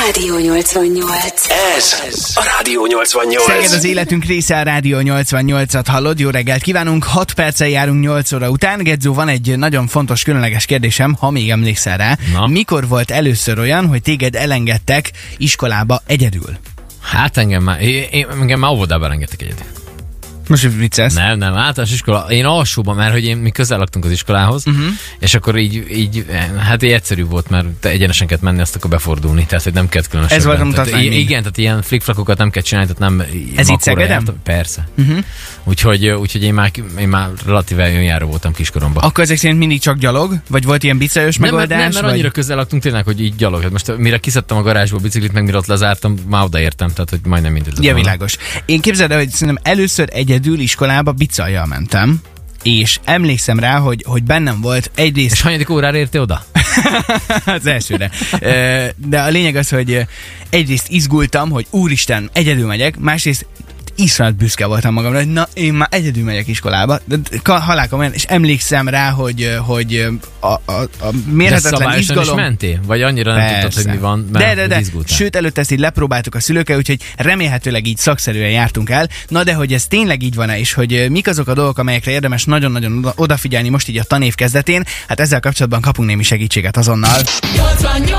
Rádió 88. Ez a Rádió 88. Szeged az életünk része, a Rádió 88-at hallod. Jó reggelt kívánunk, 6 perccel járunk 8 óra után. Gedzó, van egy nagyon fontos, különleges kérdésem, ha még emlékszel rá. Na? Mikor volt először olyan, hogy téged elengedtek iskolába egyedül? Hát engem már óvodába elengedtek egyedül. Most viccelsz? Nem, általános iskola. Én alsóban, mert hogy mi közel laktunk az iskolához, és akkor így egyszerűbb volt, mert te egyenesen kellett menni, azt akkor befordulni, tehát hogy nem kellett különösebben. Ez volt a mutatvány. Igen, tehát ilyen flikflakokat nem kell csinálni, tehát nem... Ez itt Szegeden? Persze. Úgyhogy én már relatíve önjáró voltam kiskoromban. Akkor ezek szerint mindig csak gyalog? Vagy volt ilyen bicajos megoldás? Nem, mert annyira közel laktunk tényleg, hogy így gyalog. Hát most mire kiszedtem a garázsból a biciklit, meg mire ott lezártam, már odaértem, tehát hogy majdnem mindent. Ja, világos. Én képzeld el, hogy szerintem először egyedül iskolába bicajjal mentem, és emlékszem rá, hogy bennem volt egyrészt... És hanyadik órára értél oda? Az elsőre. De a lényeg az, hogy egyrészt izgultam, hogy úristen, egyedül megyek, másrészt iszonyat büszke voltam magamra, hogy na, én már egyedül megyek iskolába, de halálkomolyan, és emlékszem rá, hogy a mérhetetlen izgalom... is mentél? Vagy annyira nem tudtad, hogy mi van, mert de. izgultál? Sőt, előtte ezt így lepróbáltuk a szülőkkel, úgyhogy remélhetőleg így szakszerűen jártunk el. Na de, hogy ez tényleg így van-e, és hogy mik azok a dolgok, amelyekre érdemes nagyon-nagyon odafigyelni most így a tanév kezdetén, hát ezzel kapcsolatban kapunk némi segítséget azonnal. 88!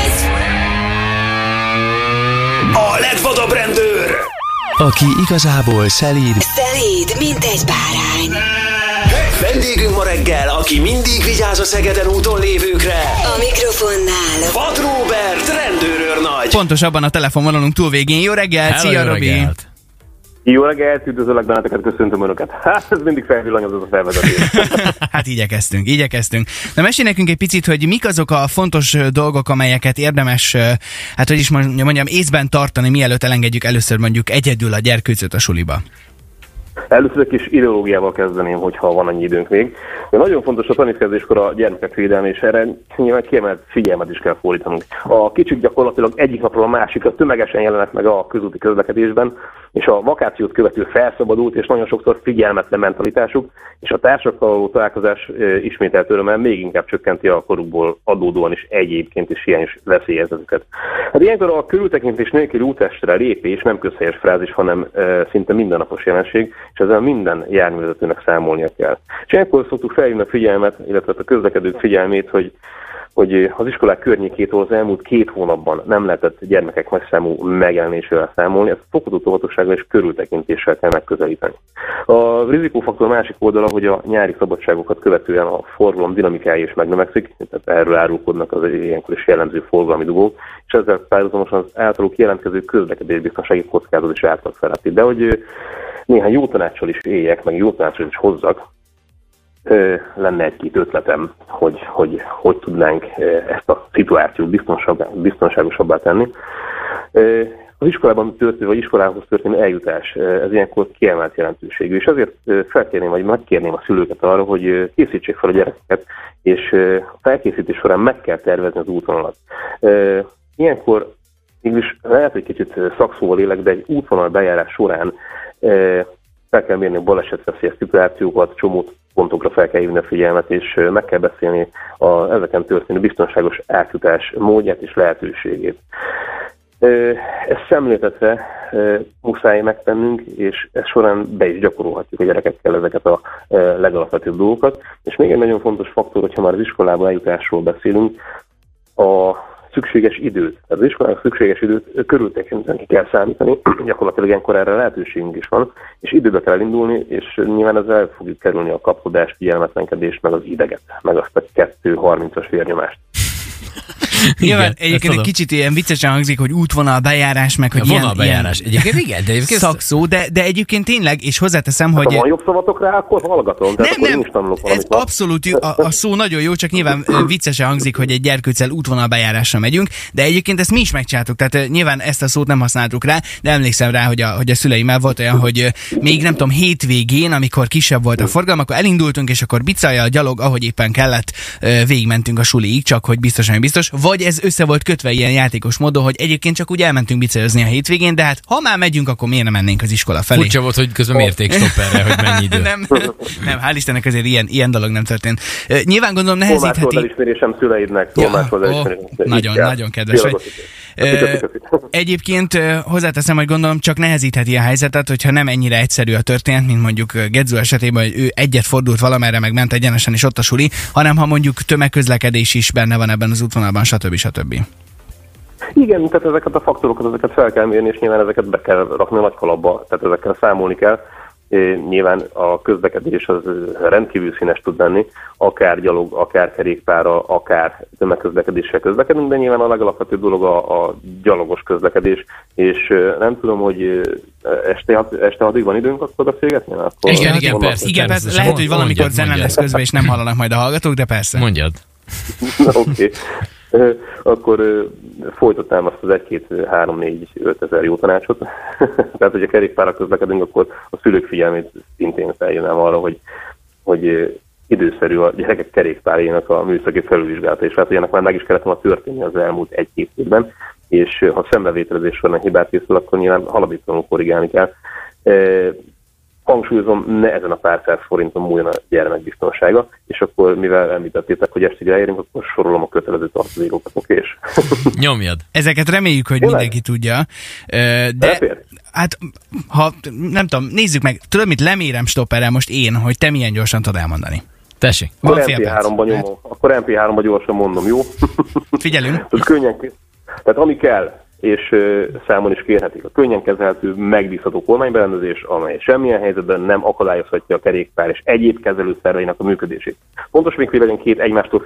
A legvadabb rendőr! Aki igazából szelíd, mint egy bárány. Vendégünk ma reggel, aki mindig vigyáz a Szegeden úton lévőkre. A mikrofonnál Vad Róbert, rendőrőrnagy. Pontosabban a telefonvonalunk túlvégén. Jó reggelt, szia Robi! Jó reggelt, üdvözöllek benneteket, köszöntöm önöket. Hát, ez mindig felvillanyoz az a felvezetés. Hát igyekeztünk. Na mesélj nekünk egy picit, hogy mik azok a fontos dolgok, amelyeket érdemes, hát hogy is mondjam, észben tartani, mielőtt elengedjük először mondjuk egyedül a gyerkőcöt a suliba. Először egy kis ideológiával kezdeném, hogyha van annyi időnk még. De nagyon fontos a tanévkezdéskor a gyermekek védelme, és erre nyilván kiemelt figyelmet is kell fordítanunk. A kicsik gyakorlatilag egyik napról a másikra tömegesen jelennek meg a közúti közlekedésben, és a vakációt követő felszabadult, és nagyon sokszor figyelmetlen mentalitásuk, és a társakkal való találkozás ismételt örömmel még inkább csökkenti a korukból adódóan is egyébként is hiányos veszélyezzetüket. Hát ilyenkor a körültekintés nélküli útestre lépés nem közhelyes frázis, hanem szinte mindennapos jelenség, és ezzel minden járművezetőnek számolnia kell. És ilyenkor szoktuk felhívni a figyelmet, illetve a közlekedők figyelmét, hogy az iskolák környékétől az elmúlt 2 hónapban nem lehetett gyermekek nagy számú megjelenésével számolni, ezt fokozott óvatossággal és körültekintéssel kell megközelíteni. A rizikófaktor másik oldala, hogy a nyári szabadságokat követően a forgalom dinamikája is megnövekszik, tehát erről árulkodnak az ilyenkor is jellemző forgalmi dugók, és ezzel párhuzamosan az általuk jelentkező közlekedésbiztonsági kockázat is átlag feletti. De hogy néhány jó tanáccsal is éljek, meg jó tanáccsal is hozzak, lenne egy-két ötletem, hogy tudnánk ezt a szituációt biztonságosabbá tenni. Az iskolában történő, vagy iskolához történő eljutás, ez ilyenkor kiemelt jelentőségű, és azért felkérném, vagy megkérném a szülőket arra, hogy készítsék fel a gyerekeket, és a felkészítés során meg kell tervezni az útvonalat. Ilyenkor mégis lehet, hogy kicsit szakszóval élek, de egy útvonal bejárás során fel kell mérni a balesetveszélyes szituációkat, csomó pontokra fel kell hívni a figyelmet, és meg kell beszélni ezeken történő biztonságos átjutás módját és lehetőségét. Ezt szemléltetve muszáj megtennünk, és ez során be is gyakorolhatjuk a gyerekekkel ezeket a legalapvetőbb dolgokat. És még egy nagyon fontos faktor, hogyha már az iskolába eljutásról beszélünk, a szükséges időt. Tehát az iskolának szükséges időt körültekintően ki kell számítani, gyakorlatilag ilyenkor erre lehetőségünk is van, és időbe kell indulni, és nyilván ezzel el fogjuk kerülni a kapkodást, figyelmetlenkedést, meg az ideget, meg azt a 2:30-as vérnyomást. Nyilván egyébként egy kicsit ilyen viccesen hangzik, hogy útvonal bejárás, meg hogy vonalbejárás. Egyébként igen, de egyébként szakszó, de egyébként tényleg, és hozzáteszem, hogy... Ha van jobb szavatok rá, akkor hallgatom. Nem, ez abszolút a szó nagyon jó, csak nyilván viccesen hangzik, hogy egy gyerkőccel útvonalbejárásra megyünk, de egyébként ezt mi is megcsináltuk, tehát nyilván ezt a szót nem használtuk rá, de emlékszem rá, hogy a szüleimmel volt olyan, hogy még nem tudom, hétvégén, amikor kisebb volt a forgalom, akkor elindultunk, és akkor bicajjal, gyalog, ahogy éppen kellett, végigmentünk a suliig, csak hogy biztos, vagy ez össze volt kötve ilyen játékos módon, hogy egyébként csak úgy elmentünk bicajozni a hétvégén, de hát ha már megyünk, akkor miért nem mennénk az iskola felé? Furcsa volt, hogy közben mérték stopperre, hogy mennyi idő. nem, hál' Istennek azért ilyen dolog nem történt. Nyilván gondolom nehezítheti... Tolmácsold elismerésem szüleidnek. Nagyon kedves vagy. Egyébként hozzáteszem, hogy gondolom csak nehezítheti a helyzetet, hogyha nem ennyire egyszerű a történet, mint mondjuk Gedzó esetében, hogy ő egyet fordult valamerre, meg ment egyenesen és ott a suli, hanem ha mondjuk tömegközlekedés is benne van ebben az útvonalban, stb. Igen, tehát ezeket a faktorokat, ezeket fel kell mérni, és nyilván ezeket be kell rakni a nagy kalapba, tehát ezekkel számolni kell. Nyilván a közlekedés az rendkívül színes tud lenni, akár gyalog, akár kerékpárral, akár tömegközlekedéssel közlekedünk, de nyilván a legalapvetőbb dolog a gyalogos közlekedés, és nem tudom, hogy este 6-ig van időnk akkor beszélgetni? Igen, persze. Igen, persze. Lehet, hogy valamikor zene lesz közben, és nem hallanak majd a hallgatók, de persze. Mondjad. Oké. Akkor folytatnám azt az 1-2-3-4-5 ezer jó tanácsot. Tehát, hogy a kerékpárral közlekedünk, akkor a szülők figyelmét szintén feljönám arra, hogy időszerű a gyerekek kerékpárjának a műszaki felülvizsgálata, és hát, hogy ennek már meg is kellett volna történni az elmúlt 1-2 évben, és ha szembevételezés során hibát készül, akkor nyilván haladéktalanul korrigálni kell. Hangsúlyozom, ne ezen a pár száz forinton múljon a gyermekbiztonsága, és akkor, mivel említettétek, hogy estig elérünk, akkor sorolom a kötelező tartozékokat, és Nyomjad. Ezeket reméljük, hogy mindenki tudja, de hát, ha nem tudom, nézzük meg, tudod mit, lemérem stopperrel most én, hogy te milyen gyorsan tudod elmondani. Tessék. Akkor MP3-ban gyorsan mondom, jó? Figyelünk. Tehát ami kell, és számon is kérhetik, a könnyen kezelhető, megbízható kormányberendezés, amely semmilyen helyzetben nem akadályozhatja a kerékpár és egyéb kezelőszerveinek a működését. Fontos még, hogy legyen két egymástól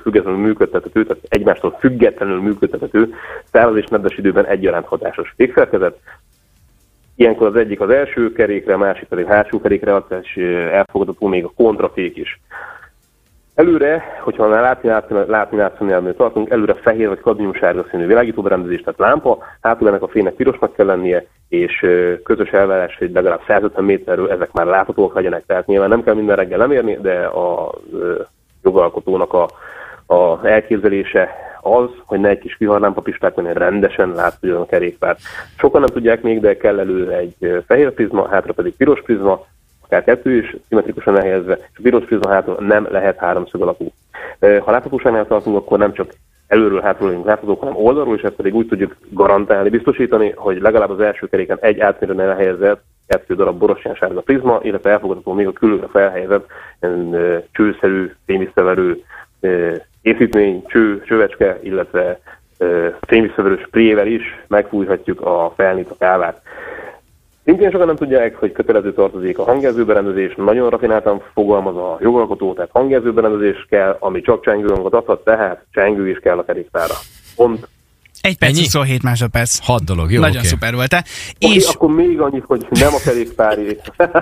függetlenül működtethető, száraz és nedves időben egyaránt hatásos végszerkezet. Ilyenkor az egyik az első kerékre, a másik pedig hátsó kerékre, és elfogadható még a kontrafék is. Előre, hogyha már látni tartunk, előre fehér vagy kadmiumsárga színű világítóberendezés, tehát lámpa, hátul ennek a fénynek pirosnak kell lennie, és közös elvárás, hogy legalább 150 méterről ezek már láthatóak legyenek. Tehát nyilván nem kell minden reggel lemérni, de a jogalkotónak a elképzelése az, hogy ne egy kis viharlámpa pislák, hanem rendesen látszódjon a kerékpár. Sokan nem tudják még, de kell előre egy fehér prizma, hátra pedig piros prizma, akár kettő is, szimmetrikusan elhelyezve, és a piros prizma hátul nem lehet háromszög alakú. Ha láthatóságnál tartunk, akkor nem csak előről, hátulról legyünk láthatók, hanem oldalról, és ezt pedig úgy tudjuk garantálni, biztosítani, hogy legalább az első keréken egy átmérően elhelyezett 2 darab borostyánsárga prizma, illetve elfogadható még a különre felhelyezett csőszerű, fényvisszaverő készítmény, csövecske, illetve fényvisszaverő sprével is megfújhatjuk a felnit, a kávát. Szintén sokan nem tudják, hogy kötelező tartozik a hangjelzőberendezés, nagyon rafináltan fogalmaz a jogalkotó, tehát hangjelzőberendezés kell, ami csak csengőhangot adhat, tehát csengő is kell a kerékpárra. Pont. 1 perc 27 másodperc. 6 dolog, jó, nagyon szuper volt-e. És akkor még annyit, hogy nem a kerékpári,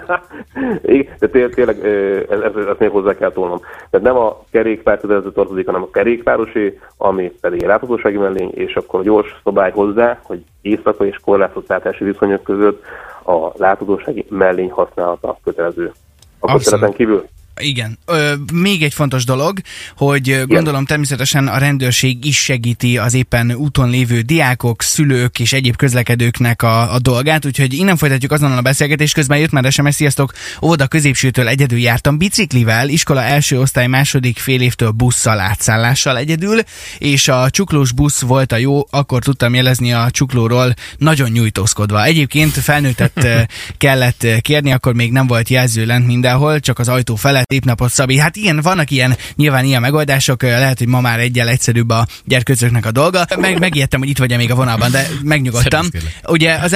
de tényleg ezt még hozzá kell tolnom. Tehát nem a kerékpár kötelező tartozik, hanem a kerékpárosé, ami pedig egy láthatósági mellény, és akkor a gyors szabály hozzá, hogy éjszaka és korlátozott látási viszonyok között a láthatósági mellény használata kötelező. A köteleten kívül. Igen. Még egy fontos dolog, hogy gondolom természetesen a rendőrség is segíti az éppen úton lévő diákok, szülők és egyéb közlekedőknek a dolgát, úgyhogy innen folytatjuk azonnal a beszélgetést. Közben jött már SMS, sziasztok, óvoda középsőtől egyedül jártam biciklivel, iskola első osztály második fél évtől busszal átszállással egyedül, és a csuklós busz volt a jó, akkor tudtam jelezni a csuklóról nagyon nyújtózkodva. Egyébként felnőttet kellett kérni, akkor még nem volt jelző lent mindenhol, csak az ajtó felett. Szép napot, Szabi. Hát igen, vannak nyilván ilyen megoldások, lehet, hogy ma már egyel egyszerűbb a gyerkőcöknek a dolga. Megijedtem, hogy itt vagy még a vonalban, de megnyugodtam. Ugye az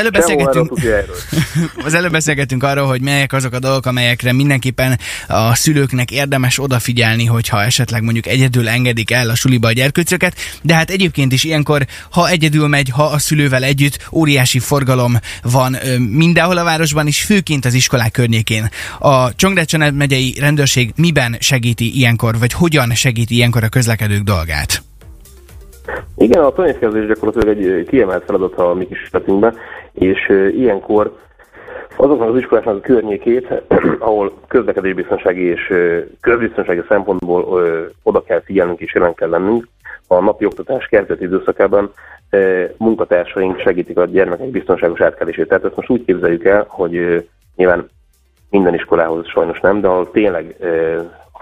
előbb beszélgettünk arról, hogy melyek azok a dolgok, amelyekre mindenképpen a szülőknek érdemes odafigyelni, hogyha esetleg mondjuk egyedül engedik el a suliba a gyerkőcöket, de hát egyébként is ilyenkor, ha egyedül megy, ha a szülővel együtt, óriási forgalom van mindenhol a városban, és főként az iskolák környékén. A Csongrád megyei rendőrség miben segíti ilyenkor, vagy hogyan segíti ilyenkor a közlekedők dolgát? Igen, a tanévkezés gyakorlatilag egy kiemelt feladat a mi kis esetünkben, és ilyenkor azoknak az iskoláknak a környékét, ahol közlekedésbiztonsági és közbiztonsági szempontból oda kell figyelnünk és jelen kell lennünk, a napi oktatás kezdeti időszakában munkatársaink segítik a gyermekek biztonságos átkelését. Tehát ezt most úgy képzeljük el, hogy nyilván minden iskolához sajnos nem, de ahol tényleg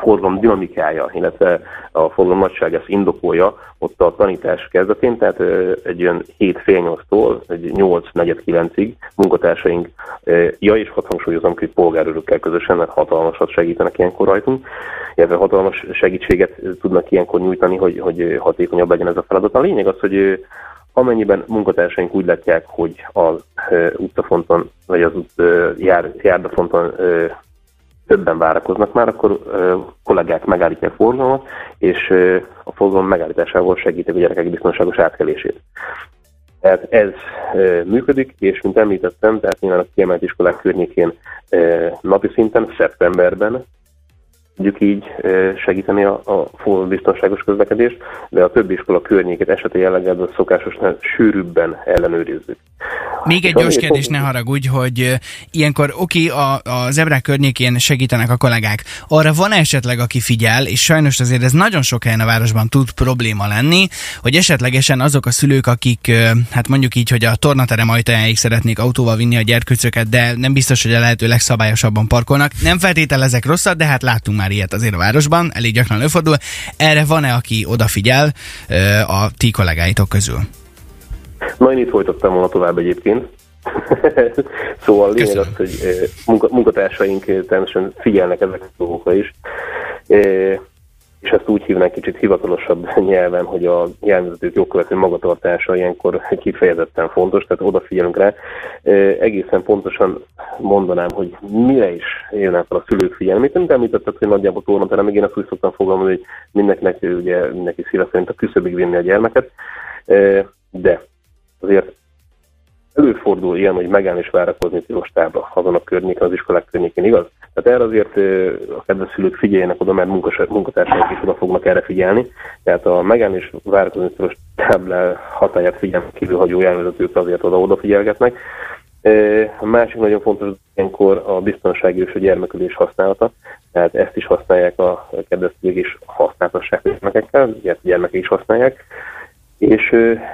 forgalom dinamikája, illetve a forgalom nagysága ezt indokolja ott a tanítás kezdetén, tehát egy olyan 7-8-tól 8-4-9-ig munkatársaink, és hadd hangsúlyozom, hogy polgárőrökkel közösen, mert hatalmasat segítenek ilyenkor rajtunk, illetve hatalmas segítséget tudnak ilyenkor nyújtani, hogy hatékonyabb legyen ez a feladat. A lényeg az, hogy amennyiben munkatársaink úgy látják, hogy az utcafonton, vagy az járdafonton többen várakoznak már, akkor kollégák megállítják a forgalmat, és a forgalom megállításával segítik a gyerekek biztonságos átkelését. Tehát ez működik, és mint említettem, tehát nyilván a kiemelt iskolák környékén napi szinten, szeptemberben tudjuk így segíteni a biztonságos közlekedést, de a többi iskola környékét eseti jelleggel szokásosnál sűrűbben ellenőrizzük. Még egy gyors kérdés, ne haragudj, hogy ilyenkor a zebrák környékén segítenek a kollégák. Arra van esetleg, aki figyel, és sajnos azért ez nagyon sok helyen a városban tud probléma lenni, hogy esetlegesen azok a szülők, akik hát mondjuk így, hogy a tornaterem ajtajáig szeretnék autóval vinni a gyerkőcöket, de nem biztos, hogy a lehető legszabályosabban parkolnak. Nem feltételezek rosszat, de hát láttunk már ilyet azért a városban, elég gyakran előfordul. Erre van-e, aki odafigyel a ti kollégáitok közül? Na, én itt folytattam volna tovább egyébként. Szóval a lényeg az, hogy munkatársaink természetesen figyelnek ezek a dolgokra is, és ezt úgy hívnánk kicsit hivatalosabb nyelven, hogy a járművezetők jogkövető magatartása ilyenkor kifejezetten fontos, tehát odafigyelünk rá. Egészen pontosan mondanám, hogy mire is jönnek fel a szülők figyelmét. Nem említettek, hogy nagyjából tornateremig, én azt úgy szoktam fogalmazni, hogy mindenki szíve szerint a küszöbig vinni a gyermeket, de azért előfordul ilyen, hogy megállni és várakozni tilos tábla azon a környéken, az iskolák környékén, igaz? Tehát erre azért a kedves szülők figyeljenek oda, mert munkatársaink is oda fognak erre figyelni. Tehát a megállni és várakozni tilos tábla hatáját figyelmen kívül hagyó járművezetők azért odafigyelgetnek. A másik nagyon fontos ilyenkor a biztonsági és a gyermekülés használata. Tehát ezt is használják a kedves szülők, és használtassák a gyermekekkel, a gyermekek is használják. És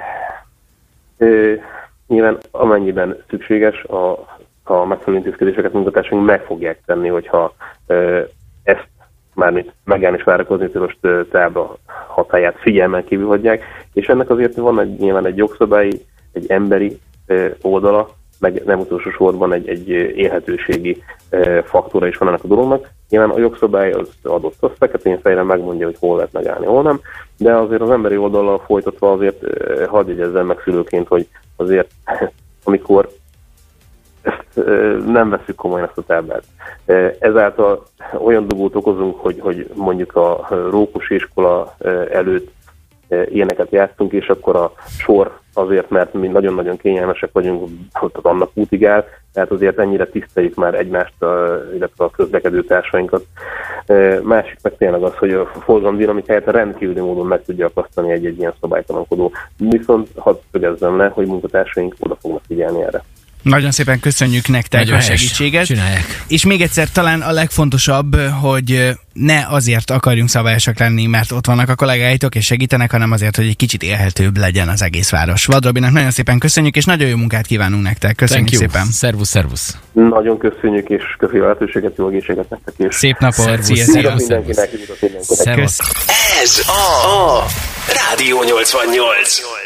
nyilván amennyiben szükséges, a megfelelő intézkedéseket munkatársaink meg fogják tenni, hogyha ezt mármint megállni és várakozni tilos tábla hatáját figyelmen kívül hagyják, és ennek azért van nyilván egy jogszabályi, egy emberi oldala, meg nem utolsó sorban egy élhetőségi faktora is van ennek a dolognak. Nyilván a jogszabály az adott, az feketén fejre megmondja, hogy hol lehet megállni, hol nem, de azért az emberi oldallal folytatva azért hadd jegyezzem meg szülőként, hogy azért amikor ezt nem veszük komolyan ezt a táblát. Ezáltal olyan dugót okozunk, hogy mondjuk a Rókusi iskola előtt ilyeneket játszunk, és akkor a sor azért, mert mi nagyon-nagyon kényelmesek vagyunk, ott az annak útig áll, tehát azért ennyire tiszteljük már egymást, illetve a közlekedő társainkat. Másik meg tényleg az, hogy a forgalom dinamikáját rendkívüli módon meg tudja akasztani egy ilyen szabálytalankodó. Viszont hadd szögezzem le, hogy munkatársaink oda fognak figyelni erre. Nagyon szépen köszönjük nektek nagyon a segítséget. Csinálják. És még egyszer talán a legfontosabb, hogy ne azért akarjunk szabályosak lenni, mert ott vannak a kollégáitok és segítenek, hanem azért, hogy egy kicsit élhetőbb legyen az egész város. Vad Robinak nagyon szépen köszönjük, és nagyon jó munkát kívánunk nektek. Köszönjük szépen. Szervusz. Nagyon köszönjük, és köszönjük a lehetőséget, jó egészséget nektek is. Szép napot. Szia mindenkinek. Szervusz. Ez a Rádió 88.